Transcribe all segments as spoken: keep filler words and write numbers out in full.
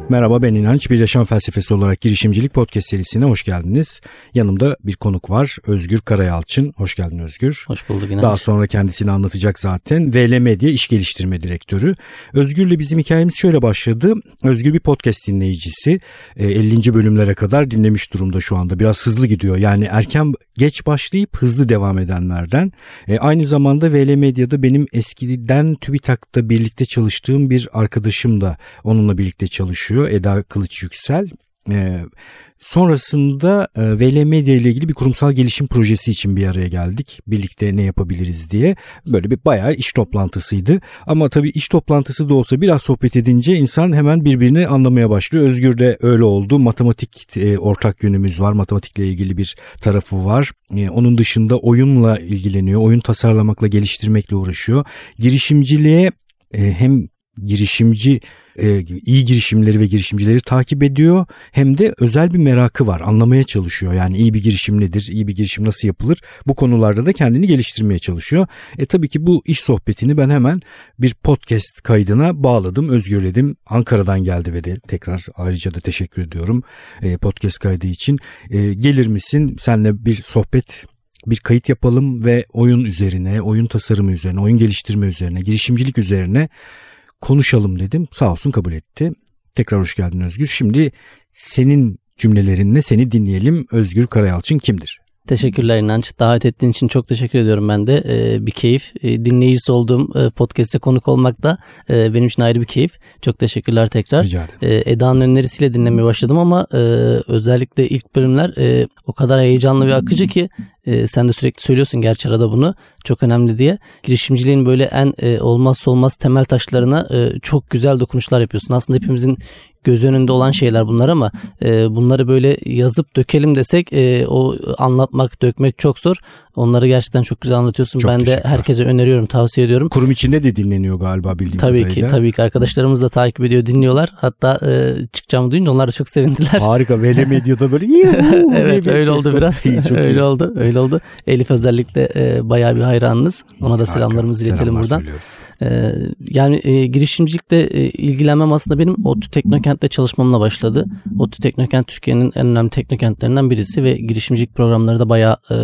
Merhaba, ben İnanç. Bir Yaşam Felsefesi olarak girişimcilik podcast serisine hoş geldiniz. Yanımda bir konuk var, Özgür Karayalçın. Hoş geldin Özgür. Hoş bulduk İnanç. Daha sonra kendisini anlatacak zaten. V L Medya İş Geliştirme Direktörü. Özgür'le bizim hikayemiz şöyle başladı. Özgür bir podcast dinleyicisi. ellinci bölümlere kadar dinlemiş durumda şu anda. Biraz hızlı gidiyor. Yani erken geç başlayıp hızlı devam edenlerden. Aynı zamanda V L Medya'da benim eskiden TÜBİTAK'ta birlikte çalıştığım bir arkadaşım da onunla birlikte çalışıyor. Eda Kılıç Yüksel. Ee, sonrasında e, V L Medya ile ilgili bir kurumsal gelişim projesi için bir araya geldik. Birlikte ne yapabiliriz diye. Böyle bir bayağı iş toplantısıydı. Ama tabii iş toplantısı da olsa biraz sohbet edince insan hemen birbirini anlamaya başlıyor. Özgür de öyle oldu. Matematik e, ortak yönümüz var. Matematikle ilgili bir tarafı var. E, onun dışında oyunla ilgileniyor. Oyun tasarlamakla, geliştirmekle uğraşıyor. Girişimciliğe e, hem girişimci e, iyi girişimleri ve girişimcileri takip ediyor, hem de özel bir merakı var, anlamaya çalışıyor. Yani iyi bir girişim nedir, iyi bir girişim nasıl yapılır, bu konularda da kendini geliştirmeye çalışıyor. E tabii ki bu iş sohbetini ben hemen bir podcast kaydına bağladım, özgürledim. Ankara'dan geldi ve de tekrar ayrıca da teşekkür ediyorum e, podcast kaydı için. E, gelir misin, seninle bir sohbet, bir kayıt yapalım ve oyun üzerine, oyun tasarımı üzerine, oyun geliştirme üzerine, girişimcilik üzerine konuşalım dedim. Sağ olsun kabul etti. Tekrar hoş geldin Özgür. Şimdi senin cümlelerinle seni dinleyelim. Özgür Karayalçın kimdir? Teşekkürler İnanç. Davet ettiğin için çok teşekkür ediyorum ben de. Ee, bir keyif. Ee, dinleyicisi olduğum e, podcast'te konuk olmak da e, benim için ayrı bir keyif. Çok teşekkürler tekrar. Rica ederim. Ee, Eda'nın önerisiyle dinlemeye başladım ama e, özellikle ilk bölümler e, o kadar heyecanlı ve akıcı ki e, sen de sürekli söylüyorsun gerçi arada bunu. Çok önemli diye. Girişimciliğin böyle en e, olmazsa olmaz temel taşlarına e, çok güzel dokunuşlar yapıyorsun. Aslında hepimizin göz önünde olan şeyler bunlar ama e, bunları böyle yazıp dökelim desek e, o anlatmak, dökmek çok zor. Onları gerçekten çok güzel anlatıyorsun. Çok ben de herkese öneriyorum, tavsiye ediyorum. Kurum içinde de dinleniyor galiba bildiğim tabii kadarıyla. Tabii ki, tabii ki. Arkadaşlarımız da takip ediyor, dinliyorlar. Hatta e, çıkacağımı duyunca onlar da çok sevindiler. Harika. V L Medya'da böyle evet, öyle oldu biraz. öyle oldu, öyle oldu. Elif özellikle e, bayağı bir hayranınız. Ona da selamlarımızı Harika. iletelim Selamlar buradan. Ee, yani e, girişimcilikle e, ilgilenmem aslında benim ODTÜ Teknokent'te çalışmamla başladı. ODTÜ Teknokent Türkiye'nin en önemli teknokentlerinden birisi ve girişimcilik programları da bayağı e,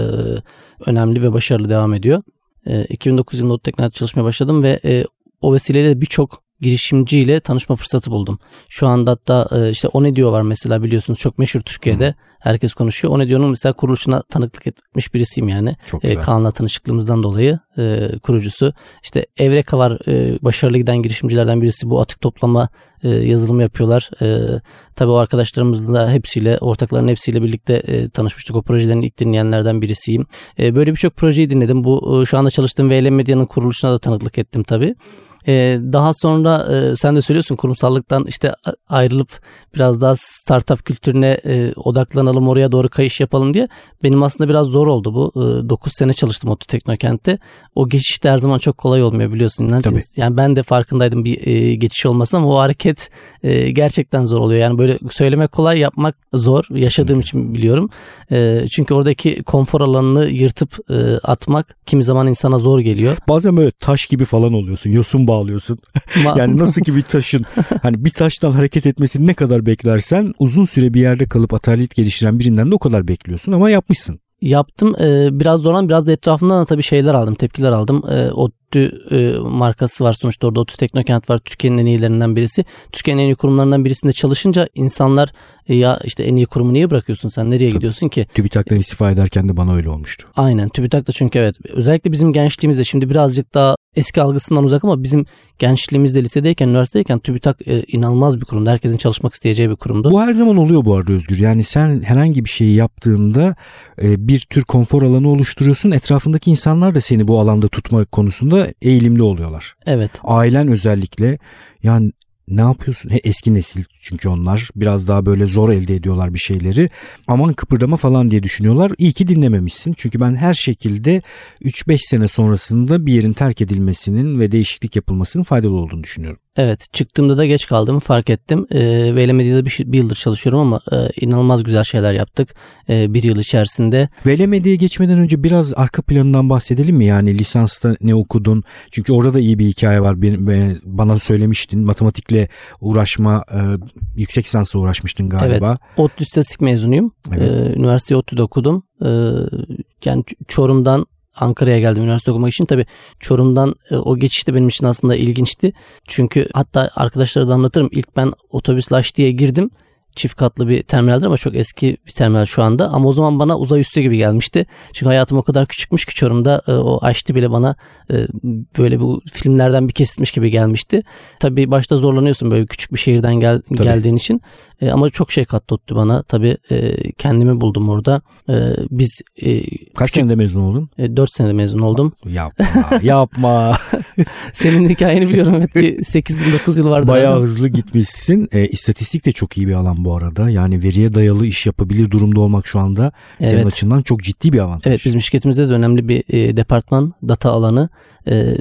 önemli ve başarılı devam ediyor. E, iki bin dokuz yılında ODTÜ Teknokent'te çalışmaya başladım ve e, o vesileyle birçok girişimciyle tanışma fırsatı buldum. Şu anda hatta e, işte O Ne Diyor var mesela, biliyorsunuz, çok meşhur Türkiye'de. Hı. Herkes konuşuyor. O Ne Diyor'un mesela kuruluşuna tanıklık etmiş birisiyim yani. E, Kaan'la tanışıklığımızdan dolayı e, kurucusu. İşte Evreka var, e, başarılı giden girişimcilerden birisi. Bu atık toplama e, yazılımı yapıyorlar. E, tabii o arkadaşlarımızla hepsiyle, ortakların hepsiyle birlikte e, tanışmıştık. O projelerin ilk dinleyenlerden birisiyim. E, böyle birçok projeyi dinledim. Bu e, şu anda çalıştığım V L Medya'nın kuruluşuna da tanıklık ettim tabii. Ee, daha sonra e, sen de söylüyorsun, kurumsallıktan işte ayrılıp biraz daha startup kültürüne e, odaklanalım, oraya doğru kayış yapalım diye. Benim aslında biraz zor oldu bu. E, dokuz sene çalıştım ODTÜ Teknokent'te. O geçiş de her zaman çok kolay olmuyor, biliyorsun. Tabii. Yani ben de farkındaydım bir e, geçiş olmasın ama o hareket e, gerçekten zor oluyor. Yani böyle söylemek kolay, yapmak zor. Yaşadığım için biliyorum. E, çünkü oradaki konfor alanını yırtıp e, atmak kimi zaman insana zor geliyor. Bazen böyle taş gibi falan oluyorsun. Yosun bağlıyorsun. Yani nasıl ki bir taşın hani bir taştan hareket etmesini ne kadar beklersen, uzun süre bir yerde kalıp atalet geliştiren birinden de o kadar bekliyorsun ama yapmışsın. Yaptım. Ee, biraz zoran, biraz da etrafımdan da tabii şeyler aldım, tepkiler aldım. Ee, ODTÜ e, markası var sonuçta orada. ODTÜ Teknokent var. Türkiye'nin en iyilerinden birisi. Türkiye'nin en iyi kurumlarından birisinde çalışınca insanlar e, ya işte en iyi kurumu niye bırakıyorsun sen? Nereye tabii gidiyorsun ki? TÜBİTAK'tan istifa ederken de bana öyle olmuştu. Aynen. TÜBİTAK'ta çünkü evet. Özellikle bizim gençliğimizde, şimdi birazcık daha eski algısından uzak ama bizim gençliğimizde, lisedeyken, üniversitedeyken TÜBİTAK e, inanılmaz bir kurumdu. Herkesin çalışmak isteyeceği bir kurumdu. Bu her zaman oluyor bu arada Özgür. Yani sen herhangi bir şeyi yaptığında e, bir tür konfor alanı oluşturuyorsun. Etrafındaki insanlar da seni bu alanda tutma konusunda eğilimli oluyorlar. Evet. Ailen özellikle, yani ne yapıyorsun? He, eski nesil çünkü onlar biraz daha böyle zor elde ediyorlar bir şeyleri. Aman kıpırdama falan diye düşünüyorlar. İyi ki dinlememişsin. Çünkü ben her şekilde üç beş sene sonrasında bir yerin terk edilmesinin ve değişiklik yapılmasının faydalı olduğunu düşünüyorum. Evet, çıktığımda da geç kaldığımı fark ettim. E, Vele Medya'da bir, bir yıldır çalışıyorum ama e, inanılmaz güzel şeyler yaptık e, bir yıl içerisinde. Vele Medya'ya geçmeden önce biraz arka planından bahsedelim mi? Yani lisansta ne okudun? Çünkü orada da iyi bir hikaye var. Benim, bana söylemiştin. Matematikle uğraşma, e, yüksek lisansla uğraşmıştın galiba. Evet, ODTÜ İstatistik mezunuyum. Evet. E, üniversiteyi ODTÜ'de okudum. E, yani Çorum'dan Ankara'ya geldim üniversite okumak için. Tabii Çorum'dan e, o geçiş de benim için aslında ilginçti. Çünkü hatta arkadaşlara da anlatırım. İlk ben otobüs Laş diye girdim. Çift katlı bir terminaldir ama çok eski bir terminal şu anda. Ama o zaman bana uzay üstü gibi gelmişti. Çünkü hayatım o kadar küçükmüş ki Çorum'da e, o Aşti bile bana e, böyle bu filmlerden bir kesitmiş gibi gelmişti. Tabii başta zorlanıyorsun böyle küçük bir şehirden gel, geldiğin için. E, ama çok şey kattı bana. Tabii e, kendimi buldum orada. E, biz e, Kaç küçük, senede mezun oldun? E, dört senede mezun oldum. Yapma, yapma. Senin hikayeni biliyorum. Evet, bir sekiz yıl dokuz yıl vardı. Bayağı hızlı gitmişsin. E, istatistik de çok iyi bir alan bu arada. Yani veriye dayalı iş yapabilir durumda olmak şu anda evet. Senin açından çok ciddi bir avantaj. Evet, bizim şirketimizde de önemli bir e, departman, data alanı. E,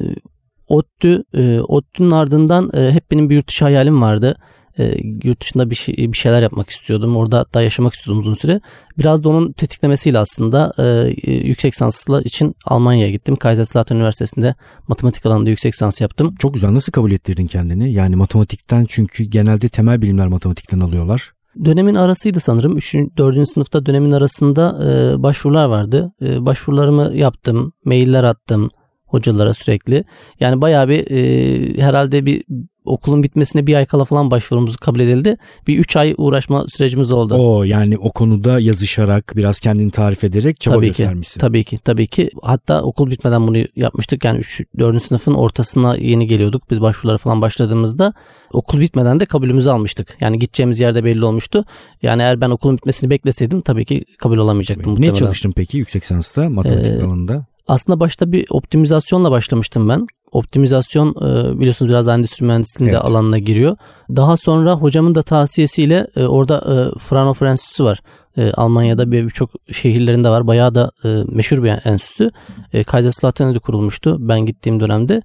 ODTÜ, e, ODTÜ'nün ardından e, hep benim bir yurt dışı hayalim vardı. E, yurt dışında bir, şey, bir şeyler yapmak istiyordum. Orada hatta yaşamak istiyordum uzun süre. Biraz da onun tetiklemesiyle aslında e, yüksek lisanslı için Almanya'ya gittim. Kaiserslautern Üniversitesi'nde matematik alanında yüksek lisans yaptım. Çok güzel. Nasıl kabul ettirdin kendini? Yani matematikten, çünkü genelde temel bilimler matematikten alıyorlar. Dönemin arasıydı sanırım. üçüncü dördüncü sınıfta dönemin arasında e, başvurular vardı. E, başvurularımı yaptım. Mailler attım hocalara sürekli. Yani bayağı bir e, herhalde bir okulun bitmesine bir ay kala falan başvurumuzu kabul edildi. Bir üç ay uğraşma sürecimiz oldu. O yani o konuda yazışarak, biraz kendini tarif ederek çaba tabii göstermişsin. Ki, tabii ki. Tabii ki. Hatta okul bitmeden bunu yapmıştık. Yani üç dördüncü sınıfın ortasına yeni geliyorduk. Biz başvurulara falan başladığımızda okul bitmeden de kabulümüzü almıştık. Yani gideceğimiz yerde belli olmuştu. Yani eğer ben okulun bitmesini bekleseydim tabii ki kabul olamayacaktım. Ne muhtemelen. çalıştın peki yüksek lisansta matematik ee, alanında? Aslında başta bir optimizasyonla başlamıştım ben. Optimizasyon biliyorsunuz biraz endüstri mühendisliğinde evet. alanına giriyor. Daha sonra hocamın da tavsiyesiyle orada Fraunhofer Enstitüsü var. Almanya'da birçok şehirlerinde var. Bayağı da meşhur bir enstitü. Kaiserslautern'de kurulmuştu ben gittiğim dönemde.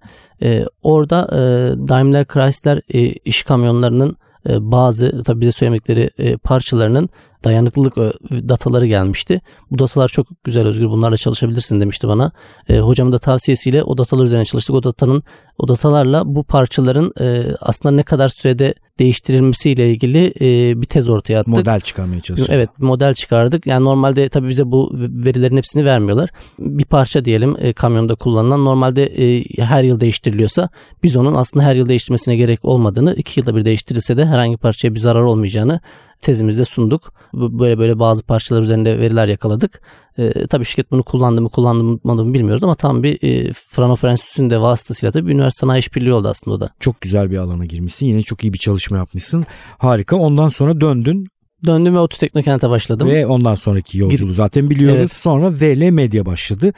Orada Daimler Chrysler iş kamyonlarının bazı tabii bize söylemedikleri parçalarının dayanıklılık dataları gelmişti. Bu datalar çok güzel Özgür, bunlarla çalışabilirsin demişti bana. E, hocamın da tavsiyesiyle o datalar üzerine çalıştık. O datanın o datalarla bu parçaların e, aslında ne kadar sürede değiştirilmesiyle ilgili e, bir tez ortaya attık. Model çıkarmaya çalıştık. Evet, bir model çıkardık. Yani normalde tabii bize bu verilerin hepsini vermiyorlar. Bir parça diyelim e, kamyonda kullanılan normalde e, her yıl değiştiriliyorsa biz onun aslında her yıl değiştirmesine gerek olmadığını, iki yılda bir değiştirilse de herhangi bir parçaya bir zarar olmayacağını tezimizde sunduk. Böyle böyle bazı parçalar üzerinde veriler yakaladık. E, tabii şirket bunu kullandı mı kullanmadı mı bilmiyoruz ama tam bir e, Fraunhofer Enstitüsü'nün de vasıtasıyla tabii üniversite sanayi işbirliği oldu aslında o da. Çok güzel bir alana girmişsin. Yine çok iyi bir çalışma yapmışsın. Harika. Ondan sonra döndün. Döndüm ve ODTÜ Teknokent'e başladım. Ve ondan sonraki yolculuğu zaten biliyoruz. Evet. Sonra Vele Medya başladı.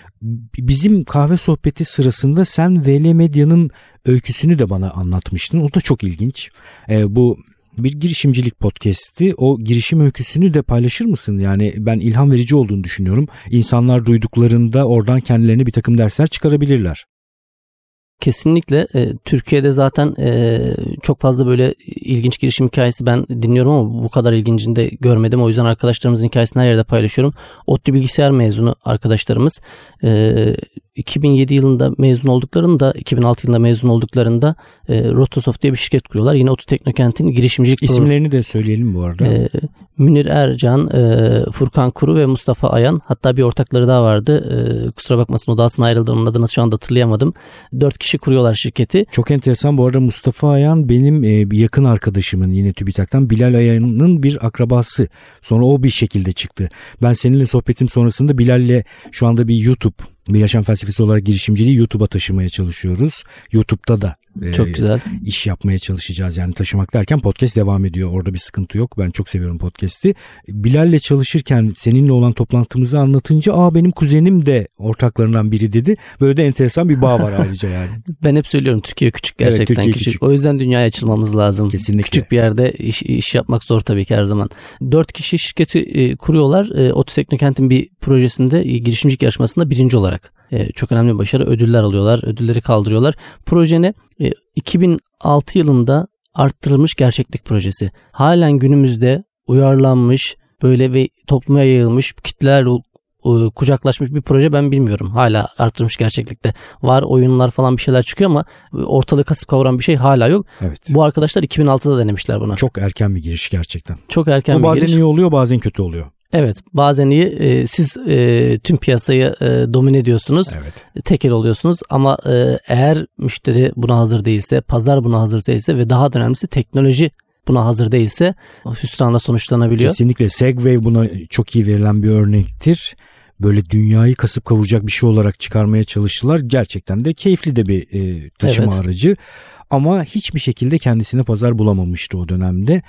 Bizim kahve sohbeti sırasında sen Vele Medya'nın öyküsünü de bana anlatmıştın. O da çok ilginç. Ee, bu bir girişimcilik podcast'i. O girişim öyküsünü de paylaşır mısın? Yani ben ilham verici olduğunu düşünüyorum. İnsanlar duyduklarında oradan kendilerine bir takım dersler çıkarabilirler. Kesinlikle. E, Türkiye'de zaten e, çok fazla böyle ilginç girişim hikayesi ben dinliyorum ama bu kadar ilgincini de görmedim. O yüzden arkadaşlarımızın hikayesini her yerde paylaşıyorum. ODTÜ bilgisayar mezunu arkadaşlarımız e, iki bin yedi yılında mezun olduklarında, iki bin altı yılında mezun olduklarında e, Rotosoft diye bir şirket kuruyorlar. Yine ODTÜ Teknokent'in girişimcilik İsimlerini pro- de söyleyelim bu arada. E, Münir Ercan, e, Furkan Kuru ve Mustafa Ayan. Hatta bir ortakları daha vardı. E, kusura bakmasın, o da aslında ayrıldı. Onun adını şu anda hatırlayamadım. Dört kişi kuruyorlar şirketi. Çok enteresan. Bu arada Mustafa Ayan benim e, yakın arkadaşımın, yine TÜBİTAK'tan Bilal Ayan'ın bir akrabası. Sonra o bir şekilde çıktı. Ben seninle sohbetim sonrasında Bilal'le şu anda bir YouTube, Bir Yaşam Felsefesi olarak girişimciliği YouTube'a taşımaya çalışıyoruz. YouTube'da da çok e, güzel iş yapmaya çalışacağız. Yani taşımak derken podcast devam ediyor. Orada bir sıkıntı yok. Ben çok seviyorum podcast'i. Bilal'le çalışırken seninle olan toplantımızı anlatınca aa benim kuzenim de ortaklarından biri dedi. Böyle de enteresan bir bağ var ayrıca yani. Ben hep söylüyorum, Türkiye küçük, gerçekten evet, Türkiye küçük. küçük. O yüzden dünyaya açılmamız lazım. Kesinlikle. Küçük bir yerde iş, iş yapmak zor tabii ki her zaman. Dört kişi şirketi e, kuruyorlar. E, ODTÜ Teknokent'in bir projesinde e, girişimcilik yarışmasında birinci olarak olarak. E, çok önemli bir başarı. Ödüller alıyorlar. Ödülleri kaldırıyorlar. Proje ne? E, iki bin altı yılında arttırılmış gerçeklik projesi. Halen günümüzde uyarlanmış böyle ve topluma yayılmış, kitleler kucaklaşmış bir proje ben bilmiyorum. Hala arttırmış gerçeklikte var, oyunlar falan bir şeyler çıkıyor ama ortalığı kasıp kavuran bir şey hala yok. Evet. Bu arkadaşlar iki bin altıda denemişler buna. Çok erken bir giriş gerçekten. Çok erken Bu bir bazen giriş. iyi oluyor, bazen kötü oluyor. Evet, bazen iyi. E, siz e, tüm piyasayı e, domine ediyorsunuz. Evet. Tekel oluyorsunuz ama e, eğer müşteri buna hazır değilse, pazar buna hazır değilse ve daha da önemlisi teknoloji buna hazır değilse hüsranla sonuçlanabiliyor. Kesinlikle. Segway buna çok iyi verilen bir örnektir. Böyle dünyayı kasıp kavuracak bir şey olarak çıkarmaya çalıştılar. Gerçekten de keyifli de bir e, taşıma evet. aracı. Ama hiçbir şekilde kendisine pazar bulamamıştı o dönemde.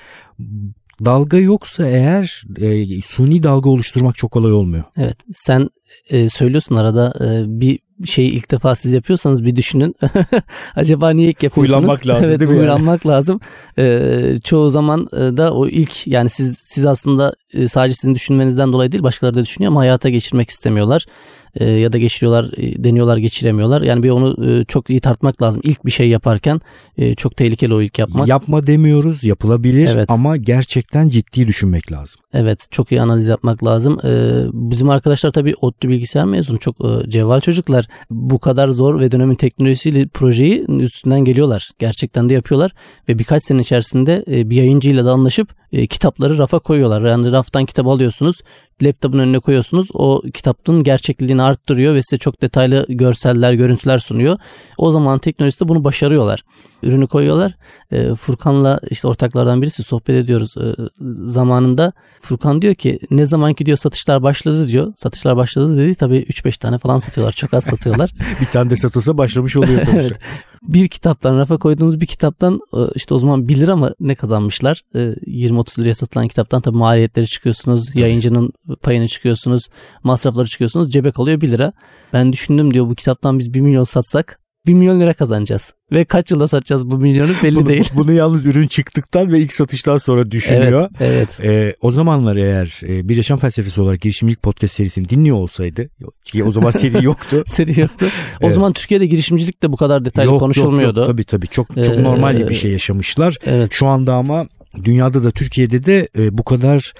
Dalga yoksa eğer e, suni dalga oluşturmak çok kolay olmuyor. Evet, sen e, söylüyorsun arada e, bir şeyi ilk defa siz yapıyorsanız bir düşünün. Acaba niye ilk yapıyorsunuz? Huylanmak lazım evet, değil mi? Huylanmak yani? lazım. E, çoğu zaman da o ilk yani siz siz aslında sadece sizin düşünmenizden dolayı değil başkaları da düşünüyor ama hayata geçirmek istemiyorlar. E, ya da geçiriyorlar, e, deniyorlar, geçiremiyorlar. Yani bir onu e, çok iyi tartmak lazım. İlk bir şey yaparken e, çok tehlikeli o ilk yapmak. Yapma demiyoruz, yapılabilir evet. ama gerçekten ciddi düşünmek lazım. Evet, çok iyi analiz yapmak lazım. E, bizim arkadaşlar tabii ODTÜ bilgisayar mezunu, çok e, cevval çocuklar. Bu kadar zor ve dönemin teknolojisiyle projeyi üstünden geliyorlar. Gerçekten de yapıyorlar ve birkaç sene içerisinde e, bir yayıncıyla da anlaşıp e, kitapları rafa koyuyorlar. Yani raftan kitap alıyorsunuz, laptopun önüne koyuyorsunuz. O kitabın gerçekliğini arttırıyor ve size çok detaylı görseller, görüntüler sunuyor. O zaman teknolojide bunu başarıyorlar. Ürünü koyuyorlar. E, Furkan'la işte ortaklardan birisi sohbet ediyoruz e, zamanında. Furkan diyor ki ne zamanki diyor satışlar başladı diyor. Satışlar başladı dedi tabii üç beş tane falan satıyorlar. Çok az satıyorlar. Bir tane de satılsa başlamış oluyor tabii. Evet. Bir kitaptan, rafa koyduğumuz bir kitaptan işte o zaman bir lira mı ne kazanmışlar? yirmi otuz liraya satılan kitaptan tabii maliyetleri çıkıyorsunuz. Tabii. Yayıncının payını çıkıyorsunuz. Masrafları çıkıyorsunuz. Cebe kalıyor bir lira. Ben düşündüm diyor bu kitaptan biz bir milyon satsak bir milyon lira kazanacağız. Ve kaç yılda satacağız bu milyonu belli bunu, değil. Bunu yalnız ürün çıktıktan ve ilk satıştan sonra düşünüyor. Evet, evet. Ee, o zamanlar eğer e, Bir Yaşam Felsefesi olarak girişimcilik podcast serisini dinliyor olsaydı ki o zaman seri yoktu. seri yoktu. O evet. zaman Türkiye'de girişimcilik de bu kadar detaylı yok, konuşulmuyordu. Yok, yok. Tabii tabii çok çok ee, normal bir şey yaşamışlar. Evet. Şu anda ama dünyada da Türkiye'de de e, bu kadar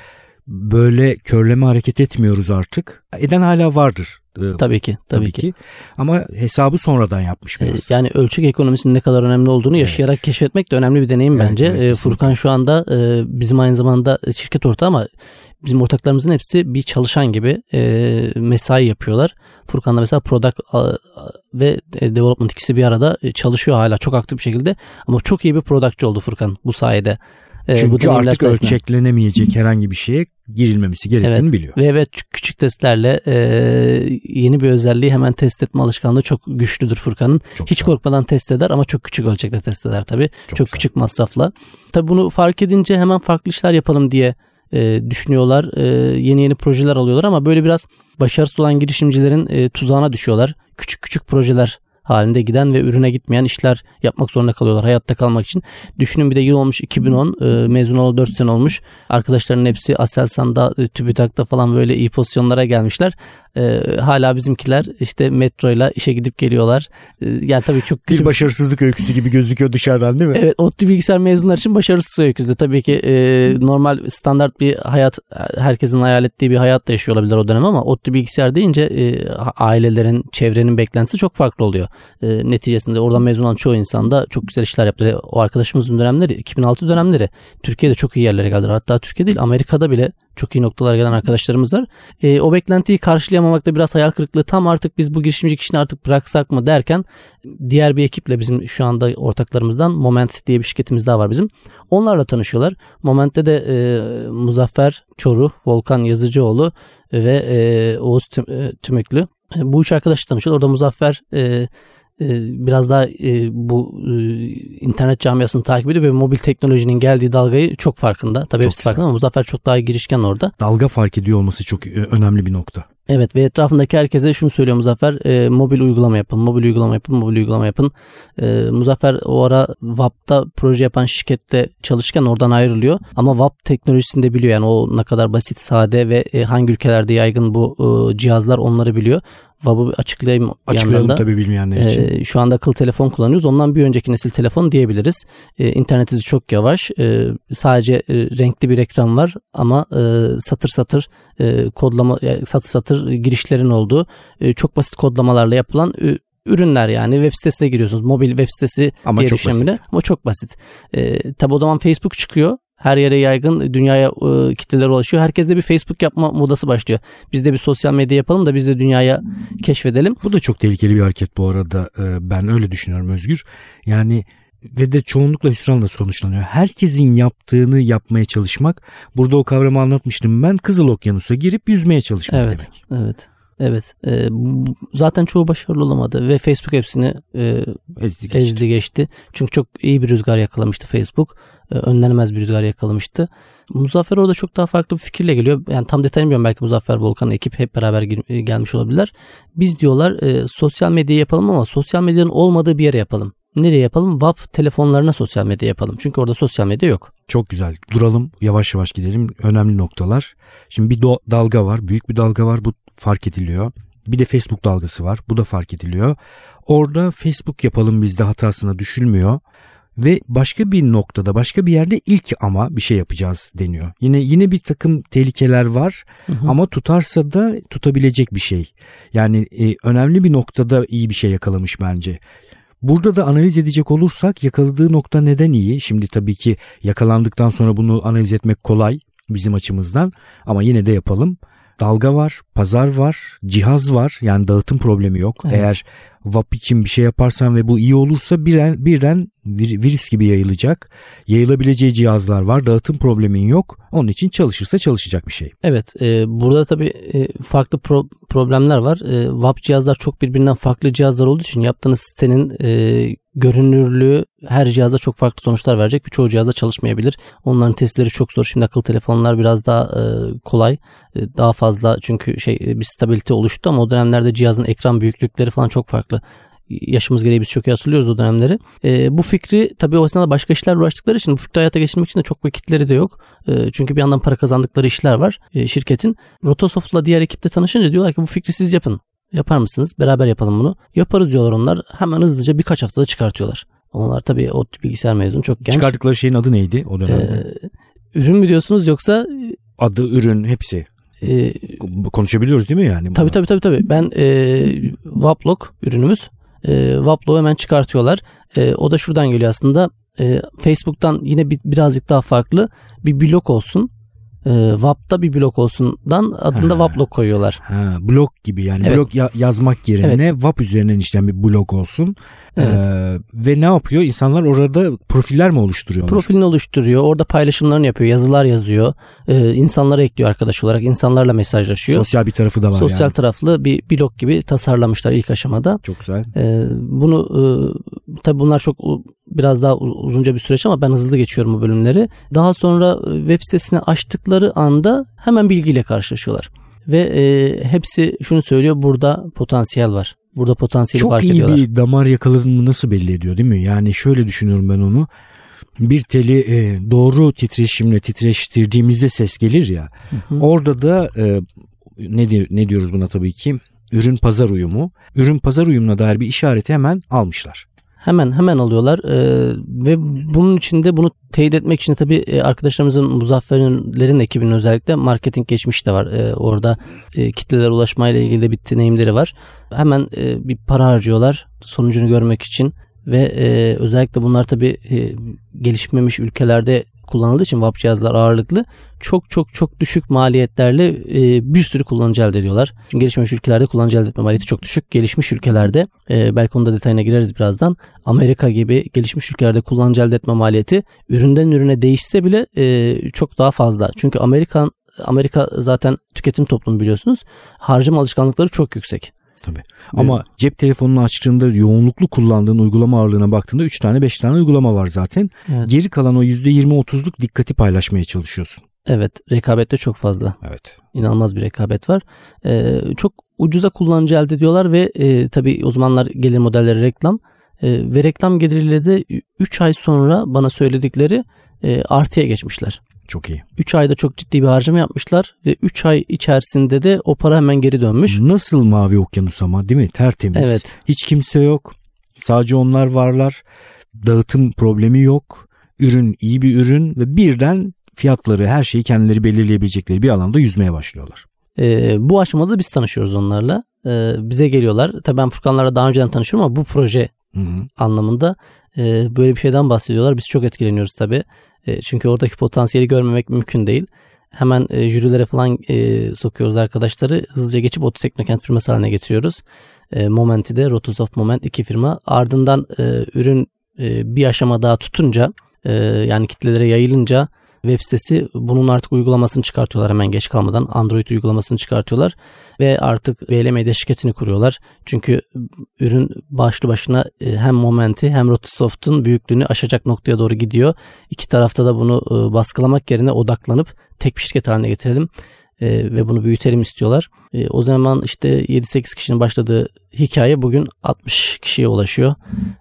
böyle körleme hareket etmiyoruz artık. Eden hala vardır. Tabii ki. Tabii, tabii ki. ki. Ama hesabı sonradan yapmış biraz. Yani ölçek ekonomisinin ne kadar önemli olduğunu evet. yaşayarak keşfetmek de önemli bir deneyim evet, bence. Evet, Furkan şu anda bizim aynı zamanda şirket ortağı ama bizim ortaklarımızın hepsi bir çalışan gibi mesai yapıyorlar. Furkan'da mesela product ve development ikisi bir arada çalışıyor hala çok aktif bir şekilde. Ama çok iyi bir productçı oldu Furkan bu sayede. Çünkü artık sayesinde ölçeklenemeyecek herhangi bir şeye girilmemesi gerektiğini evet. biliyor. Ve evet küçük testlerle e, yeni bir özelliği hemen test etme alışkanlığı çok güçlüdür Furkan'ın. Çok Hiç güzel. Korkmadan test eder ama çok küçük ölçekte test eder tabii. Çok, çok küçük masrafla. Tabii bunu fark edince hemen farklı işler yapalım diye e, düşünüyorlar. E, yeni yeni projeler alıyorlar ama böyle biraz başarısız olan girişimcilerin e, tuzağına düşüyorlar. Küçük küçük projeler halinde giden ve ürüne gitmeyen işler yapmak zorunda kalıyorlar hayatta kalmak için. Düşünün bir de yıl olmuş iki bin on, e, mezun olalı dört sene olmuş. Arkadaşların hepsi Aselsan'da, e, TÜBİTAK'ta falan böyle iyi pozisyonlara gelmişler. E, hala bizimkiler işte metroyla işe gidip geliyorlar. E, yani tabii çok kötü bir başarısızlık öyküsü gibi gözüküyor dışarıdan değil mi? Evet, ODTÜ bilgisayar mezunlar için başarısız öyküsü. Tabii ki e, normal standart bir hayat, herkesin hayal ettiği bir hayat da yaşıyor olabilir o dönem ama ODTÜ bilgisayar deyince e, ailelerin, çevrenin beklentisi çok farklı oluyor. E, neticesinde oradan mezun olan çoğu insan da çok güzel işler yaptı. O arkadaşımızın dönemleri, iki bin altı dönemleri Türkiye'de çok iyi yerlere geldiler. Hatta Türkiye değil Amerika'da bile çok iyi noktalara gelen arkadaşlarımız var. E, o beklentiyi karşılayamamakta biraz hayal kırıklığı. Tam artık biz bu girişimcilik işini artık bıraksak mı derken diğer bir ekiple bizim şu anda ortaklarımızdan Moment diye bir şirketimiz daha var bizim. Onlarla tanışıyorlar. Moment'te de e, Muzaffer Çoruh, Volkan Yazıcıoğlu ve e, Oğuz Tümüklü. E, bu üç arkadaşla tanışıyorlar. Orada Muzaffer e, biraz daha bu internet camiasını takip ediyor ve mobil teknolojinin geldiği dalgayı çok farkında. Tabii çok hepsi güzel. Farkında ama Muzaffer çok daha girişken orada. Dalga fark ediyor olması çok önemli bir nokta. Evet ve etrafındaki herkese şunu söylüyor Muzaffer, e, mobil uygulama yapın, mobil uygulama yapın, mobil uygulama yapın. E, Muzaffer o ara V A P'ta proje yapan şirkette çalışırken oradan ayrılıyor. Ama V A P teknolojisini de biliyor yani o ne kadar basit, sade ve e, hangi ülkelerde yaygın bu e, cihazlar onları biliyor. V A B'ı açıklayayım. Açıklayalım tabii bilmeyenler için. E, şu anda akıllı telefon kullanıyoruz. Ondan bir önceki nesil telefon diyebiliriz. E, internet hızı çok yavaş. E, sadece e, renkli bir ekran var ama e, satır satır e, kodlama, e, satır satır girişlerin olduğu e, çok basit kodlamalarla yapılan e, ürünler yani. Web sitesine giriyorsunuz. Mobil web sitesi ama diye çok düşünümüne basit. Ama çok basit. E, tabii o zaman Facebook çıkıyor. Her yere yaygın, dünyaya e, kitlelere ulaşıyor. Herkes de bir Facebook yapma modası başlıyor. Biz de bir sosyal medya yapalım da biz de dünyaya keşfedelim. Bu da çok tehlikeli bir hareket bu arada. Ee, ben öyle düşünüyorum Özgür. Yani ve de çoğunlukla hüsranla sonuçlanıyor. Herkesin yaptığını yapmaya çalışmak. Burada o kavramı anlatmıştım ben. Kızıl Okyanus'a girip yüzmeye çalışmak evet, demek. Evet. Evet. E, zaten çoğu başarılı olamadı ve Facebook hepsini e, ezdi, geçti. ezdi geçti. Çünkü çok iyi bir rüzgar yakalamıştı Facebook. E, önlenemez bir rüzgar yakalamıştı. Muzaffer orada çok daha farklı bir fikirle geliyor. Yani tam detayını bilmiyorum, belki Muzaffer, Volkan, ekip hep beraber gel- gelmiş olabilirler. Biz diyorlar e, sosyal medya yapalım ama sosyal medyanın olmadığı bir yere yapalım. Nereye yapalım? W A P telefonlarına sosyal medya yapalım. Çünkü orada sosyal medya yok. Çok güzel. Duralım, yavaş yavaş gidelim. Önemli noktalar. Şimdi bir do- dalga var. Büyük bir dalga var. Bu fark ediliyor. Bir de Facebook dalgası var. Bu da fark ediliyor. Orada Facebook yapalım bizde hatasına düşülmüyor. Ve başka bir noktada, başka bir yerde ilk ama bir şey yapacağız deniyor. Yine yine bir takım tehlikeler var. Hı hı. Ama tutarsa da tutabilecek bir şey. Yani e, önemli bir noktada iyi bir şey yakalamış bence. Burada da analiz edecek olursak yakaladığı nokta neden iyi? Şimdi tabii ki yakalandıktan sonra bunu analiz etmek kolay bizim açımızdan ama yine de yapalım. Dalga var, pazar var, cihaz var, yani dağıtım problemi yok. Evet. Eğer W A P için bir şey yaparsan ve bu iyi olursa birden, birden virüs gibi yayılacak. Yayılabileceği cihazlar var, dağıtım problemin yok. Onun için çalışırsa çalışacak bir şey. Evet, e, burada tabii e, farklı pro- problemler var. E, W A P cihazlar çok birbirinden farklı cihazlar olduğu için yaptığınız sitenin e, görünürlüğü her cihazda çok farklı sonuçlar verecek ve çoğu cihazda çalışmayabilir. Onların testleri çok zor. Şimdi akıllı telefonlar biraz daha e, kolay. E, daha fazla çünkü şey bir stabilite oluştu ama o dönemlerde cihazın ekran büyüklükleri falan çok farklı. Yaşımız gereği biz çok iyi hatırlıyoruz o dönemleri. E, bu fikri tabii o esnada başka işlerle uğraştıkları için bu fikri hayata geçirmek için de çok vakitleri de yok. E, çünkü bir yandan para kazandıkları işler var e, şirketin. Rotosoft'la diğer ekiple tanışınca diyorlar ki bu fikri siz yapın. Yapar mısınız? Beraber yapalım bunu. Yaparız diyorlar onlar. Hemen hızlıca birkaç haftada çıkartıyorlar. Onlar tabii o bilgisayar mezunu, çok genç. Çıkardıkları şeyin adı neydi o dönemde? Ee, ürün mü diyorsunuz yoksa? Adı, ürün, hepsi. Ee, Konuşabiliyoruz değil mi yani? Tabii tabii tabii. tabii. Ben e, Waplog ürünümüz. E, Waplog'u hemen çıkartıyorlar. E, o da şuradan geliyor aslında. E, Facebook'tan yine bir, birazcık daha farklı bir blok olsun. E, W A P'ta bir blok olsundan adında ha. Waplog koyuyorlar. Ha, blok gibi yani evet. Blok ya- yazmak yerine evet. W A P üzerinden işlem bir blok olsun. Evet. Ee, ve ne yapıyor? İnsanlar orada profiller mi oluşturuyorlar? Profilini oluşturuyor. Orada paylaşımlarını yapıyor. Yazılar yazıyor. Ee, insanlara ekliyor arkadaş olarak. İnsanlarla mesajlaşıyor. Sosyal bir tarafı da var. Sosyal yani. taraflı bir blog gibi tasarlamışlar ilk aşamada. Çok güzel. Ee, bunu e, tabii bunlar çok biraz daha uzunca bir süreç ama ben hızlı geçiyorum bu bölümleri. Daha sonra web sitesini açtıkları anda hemen bilgiyle karşılaşıyorlar. Ve e, hepsi şunu söylüyor: burada potansiyel var. Burada potansiyeli fark ediyorlar. Çok iyi bir damar yakaladığını nasıl belli ediyor değil mi? Yani şöyle düşünüyorum ben onu. Bir teli e, doğru titreşimle titreştirdiğimizde ses gelir ya. Hı hı. Orada da e, ne, diyor, ne diyoruz buna tabii ki? Ürün pazar uyumu. Ürün pazar uyumuna dair bir işareti hemen almışlar. Hemen hemen alıyorlar ee, ve bunun içinde bunu teyit etmek için tabii e, arkadaşlarımızın, Muzaffer'lerin ekibinin özellikle marketing geçmişi de var. E, orada e, kitlelere ulaşmayla ilgili de bir deneyimleri var. Hemen e, bir para harcıyorlar sonucunu görmek için ve e, özellikle bunlar tabii e, gelişmemiş ülkelerde kullanıldığı için W A P cihazlar ağırlıklı çok çok çok düşük maliyetlerle e, bir sürü kullanıcı elde ediyorlar. Çünkü gelişmemiş ülkelerde kullanıcı elde etme maliyeti çok düşük. Gelişmiş ülkelerde e, belki onun da detayına gireriz birazdan. Amerika gibi gelişmiş ülkelerde kullanıcı elde etme maliyeti üründen ürüne değişse bile e, çok daha fazla. Çünkü Amerika Amerika zaten tüketim toplumu biliyorsunuz. Harcama alışkanlıkları çok yüksek. Tabii. Ama evet. Cep telefonunu açtığında yoğunluklu kullandığın uygulama ağırlığına baktığında üç tane beş tane uygulama var zaten. Evet. Geri kalan o yüzde yirmi otuzluk dikkati paylaşmaya çalışıyorsun. Evet, rekabet de çok fazla. Evet. İnanılmaz bir rekabet var. Ee, çok ucuza kullanıcı elde ediyorlar ve e, tabii o zamanlar gelir modelleri reklam e, ve reklam geliriyle de üç ay sonra bana söyledikleri e, artıya geçmişler. Çok iyi. üç ayda çok ciddi bir harcama yapmışlar ve üç ay içerisinde de o para hemen geri dönmüş. Nasıl Mavi Okyanus ama, değil mi? Tertemiz. Evet. Hiç kimse yok. Sadece onlar varlar. Dağıtım problemi yok. Ürün iyi bir ürün ve birden fiyatları, her şeyi kendileri belirleyebilecekleri bir alanda yüzmeye başlıyorlar. Ee, bu aşamada biz tanışıyoruz onlarla. Ee, bize geliyorlar. Tabii ben Furkanlarla daha önceden tanışıyorum ama bu proje hı hı. anlamında e, böyle bir şeyden bahsediyorlar. Biz çok etkileniyoruz tabii. E, çünkü oradaki potansiyeli görmemek mümkün değil. Hemen e, jürilere falan e, sokuyoruz arkadaşları. Hızlıca geçip Otu Teknokent firması haline getiriyoruz. E, Moment'i de, Rotosoft Moment iki firma. Ardından e, ürün e, bir aşama daha tutunca, e, yani kitlelere yayılınca web sitesi bunun artık uygulamasını çıkartıyorlar hemen geç kalmadan. Android uygulamasını çıkartıyorlar ve artık V L M'de şirketini kuruyorlar. Çünkü ürün başlı başına hem Moment'i hem Rotosoft'un büyüklüğünü aşacak noktaya doğru gidiyor. İki tarafta da bunu baskılamak yerine odaklanıp tek bir şirket haline getirelim ve bunu büyütelim istiyorlar. O zaman işte yedi sekiz kişinin başladığı hikaye bugün altmış kişiye ulaşıyor.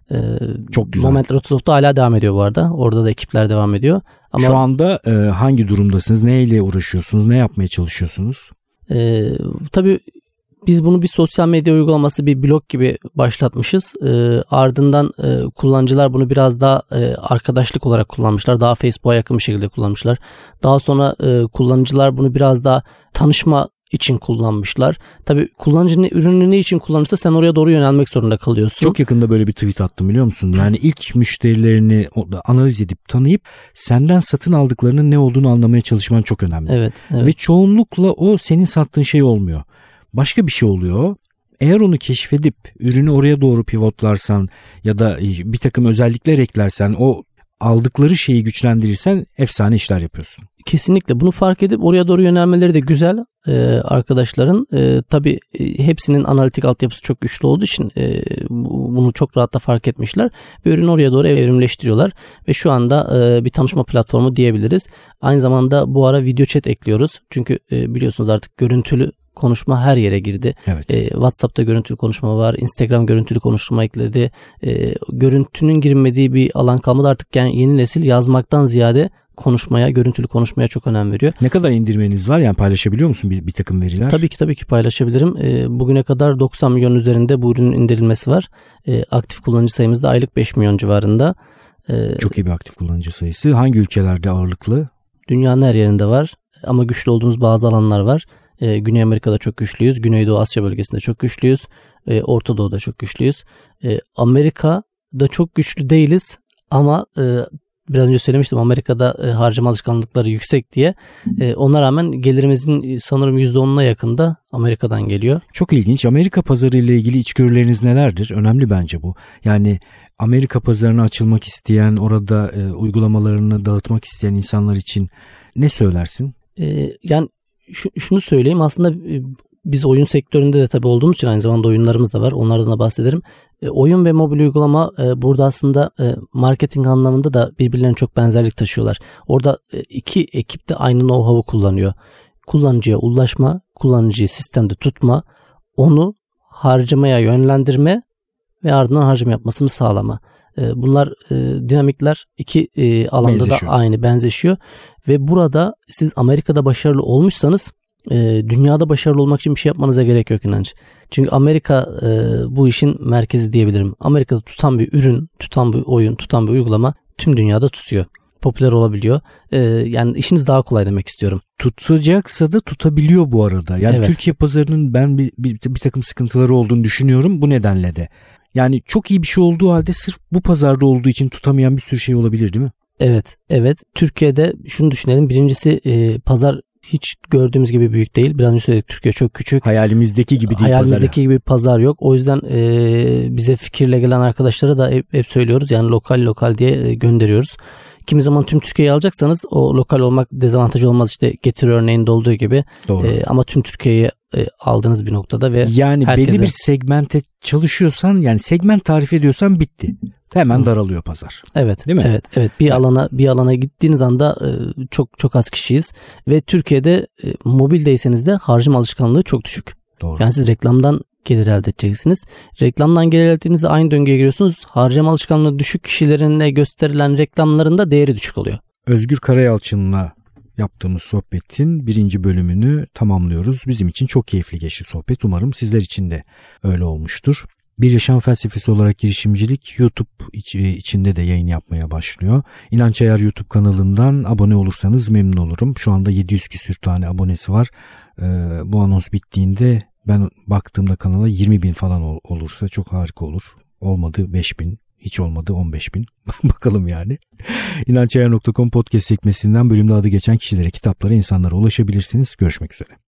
Çok güzel. Moment Rotosoft'ta hala devam ediyor bu arada. Orada da ekipler devam ediyor. Ama şu anda e, hangi durumdasınız? Neyle uğraşıyorsunuz? Ne yapmaya çalışıyorsunuz? E, tabii biz bunu bir sosyal medya uygulaması, bir blog gibi başlatmışız. E, ardından e, kullanıcılar bunu biraz daha e, arkadaşlık olarak kullanmışlar. Daha Facebook'a yakın bir şekilde kullanmışlar. Daha sonra e, kullanıcılar bunu biraz daha tanışma için kullanmışlar. Tabii kullanıcının ürünü ne için kullanırsa sen oraya doğru yönelmek zorunda kalıyorsun. Çok yakında böyle bir tweet attım, biliyor musun? Yani ilk müşterilerini analiz edip tanıyıp senden satın aldıklarının ne olduğunu anlamaya çalışman çok önemli. Evet, evet. Ve çoğunlukla o senin sattığın şey olmuyor. Başka bir şey oluyor. Eğer onu keşfedip ürünü oraya doğru pivotlarsan ya da bir takım özellikler eklersen, o aldıkları şeyi güçlendirirsen efsane işler yapıyorsun. Kesinlikle bunu fark edip oraya doğru yönelmeleri de güzel ee, arkadaşların. Ee, tabii e, hepsinin analitik altyapısı çok güçlü olduğu için e, bunu çok rahat da fark etmişler ve ürünü oraya doğru evrimleştiriyorlar ve şu anda e, bir tanışma platformu diyebiliriz. Aynı zamanda bu ara video chat ekliyoruz. Çünkü e, biliyorsunuz artık görüntülü konuşma her yere girdi. Evet. E, WhatsApp'ta görüntülü konuşma var. Instagram görüntülü konuşma ekledi. E, görüntünün girmediği bir alan kalmadı. Artık yani yeni nesil yazmaktan ziyade konuşmaya, görüntülü konuşmaya çok önem veriyor. Ne kadar indirmeniz var? Yani paylaşabiliyor musun bir, bir takım veriler? Tabii ki tabii ki paylaşabilirim. E, bugüne kadar doksan milyon üzerinde bu ürünün indirilmesi var. E, aktif kullanıcı sayımız da aylık beş milyon civarında. E, çok iyi bir aktif kullanıcı sayısı. Hangi ülkelerde ağırlıklı? Dünyanın her yerinde var. Ama güçlü olduğumuz bazı alanlar var. Ee, Güney Amerika'da çok güçlüyüz. Güneydoğu Asya bölgesinde çok güçlüyüz. Ee, Orta Doğu'da çok güçlüyüz. Ee, Amerika'da çok güçlü değiliz ama e, biraz önce söylemiştim, Amerika'da e, harcama alışkanlıkları yüksek diye. E, ona rağmen gelirimizin sanırım yüzde onuna yakında Amerika'dan geliyor. Çok ilginç. Amerika pazarı ile ilgili içgörüleriniz nelerdir? Önemli bence bu. Yani Amerika pazarına açılmak isteyen, orada e, uygulamalarını dağıtmak isteyen insanlar için ne söylersin? E, yani Şu, şunu söyleyeyim, aslında biz oyun sektöründe de tabii olduğumuz için aynı zamanda oyunlarımız da var. Onlardan da bahsederim. E, oyun ve mobil uygulama e, burada aslında e, marketing anlamında da birbirlerine çok benzerlik taşıyorlar. Orada e, iki ekip de aynı know-how'u kullanıyor. Kullanıcıya ulaşma, kullanıcıyı sistemde tutma, onu harcamaya yönlendirme ve ardından harcama yapmasını sağlama. E, bunlar e, dinamikler iki e, alanda benzeşiyor. Da aynı benzeşiyor. Ve burada siz Amerika'da başarılı olmuşsanız e, dünyada başarılı olmak için bir şey yapmanıza gerek yok inanç. Çünkü Amerika e, bu işin merkezi diyebilirim. Amerika'da tutan bir ürün, tutan bir oyun, tutan bir uygulama tüm dünyada tutuyor. Popüler olabiliyor. E, yani işiniz daha kolay demek istiyorum. Tutacaksa da tutabiliyor bu arada. Yani evet. Türkiye pazarının ben bir, bir, bir takım sıkıntıları olduğunu düşünüyorum bu nedenle de. Yani çok iyi bir şey olduğu halde sırf bu pazarda olduğu için tutamayan bir sürü şey olabilir, değil mi? Evet, evet. Türkiye'de şunu düşünelim. Birincisi e, pazar hiç gördüğümüz gibi büyük değil. Biraz önce söyledik, Türkiye çok küçük. Hayalimizdeki gibi değil Hayalimizdeki pazarı. gibi bir pazar yok. O yüzden e, bize fikirle gelen arkadaşlara da hep, hep söylüyoruz. Yani lokal lokal diye gönderiyoruz. Kimi zaman tüm Türkiye'yi alacaksanız o lokal olmak dezavantajı olmaz. İşte Getir örneğinde olduğu gibi. Doğru. E, ama tüm Türkiye'yi e, aldığınız bir noktada ve yani herkese... belli bir segmente çalışıyorsan, yani segment tarif ediyorsan bitti. Hemen daralıyor pazar. Evet, değil mi? Evet, evet. Bir alana bir alana gittiğiniz anda e, çok çok az kişiyiz ve Türkiye'de e, mobildeyseniz de harcama alışkanlığı çok düşük. Doğru. Yani siz reklamdan gelir elde edeceksiniz. Reklamdan gelir elde ettiğinizde aynı döngüye giriyorsunuz. Harcama alışkanlığı düşük kişilerine gösterilen reklamların da değeri düşük oluyor. Özgür Karayalçın'la yaptığımız sohbetin birinci bölümünü tamamlıyoruz. Bizim için çok keyifli geçti sohbet. Umarım sizler için de öyle olmuştur. Bir yaşam felsefesi olarak girişimcilik YouTube içinde de yayın yapmaya başlıyor. İnanç Ayar YouTube kanalından abone olursanız memnun olurum. Şu anda yedi yüz küsür tane abonesi var. Ee, bu anons bittiğinde ben baktığımda kanala yirmi bin falan ol, olursa çok harika olur. Olmadı beş bin, hiç olmadı on beş bin. Bakalım yani. inançayar nokta com podcast sekmesinden bölümde adı geçen kişilere, kitaplara, insanlara ulaşabilirsiniz. Görüşmek üzere.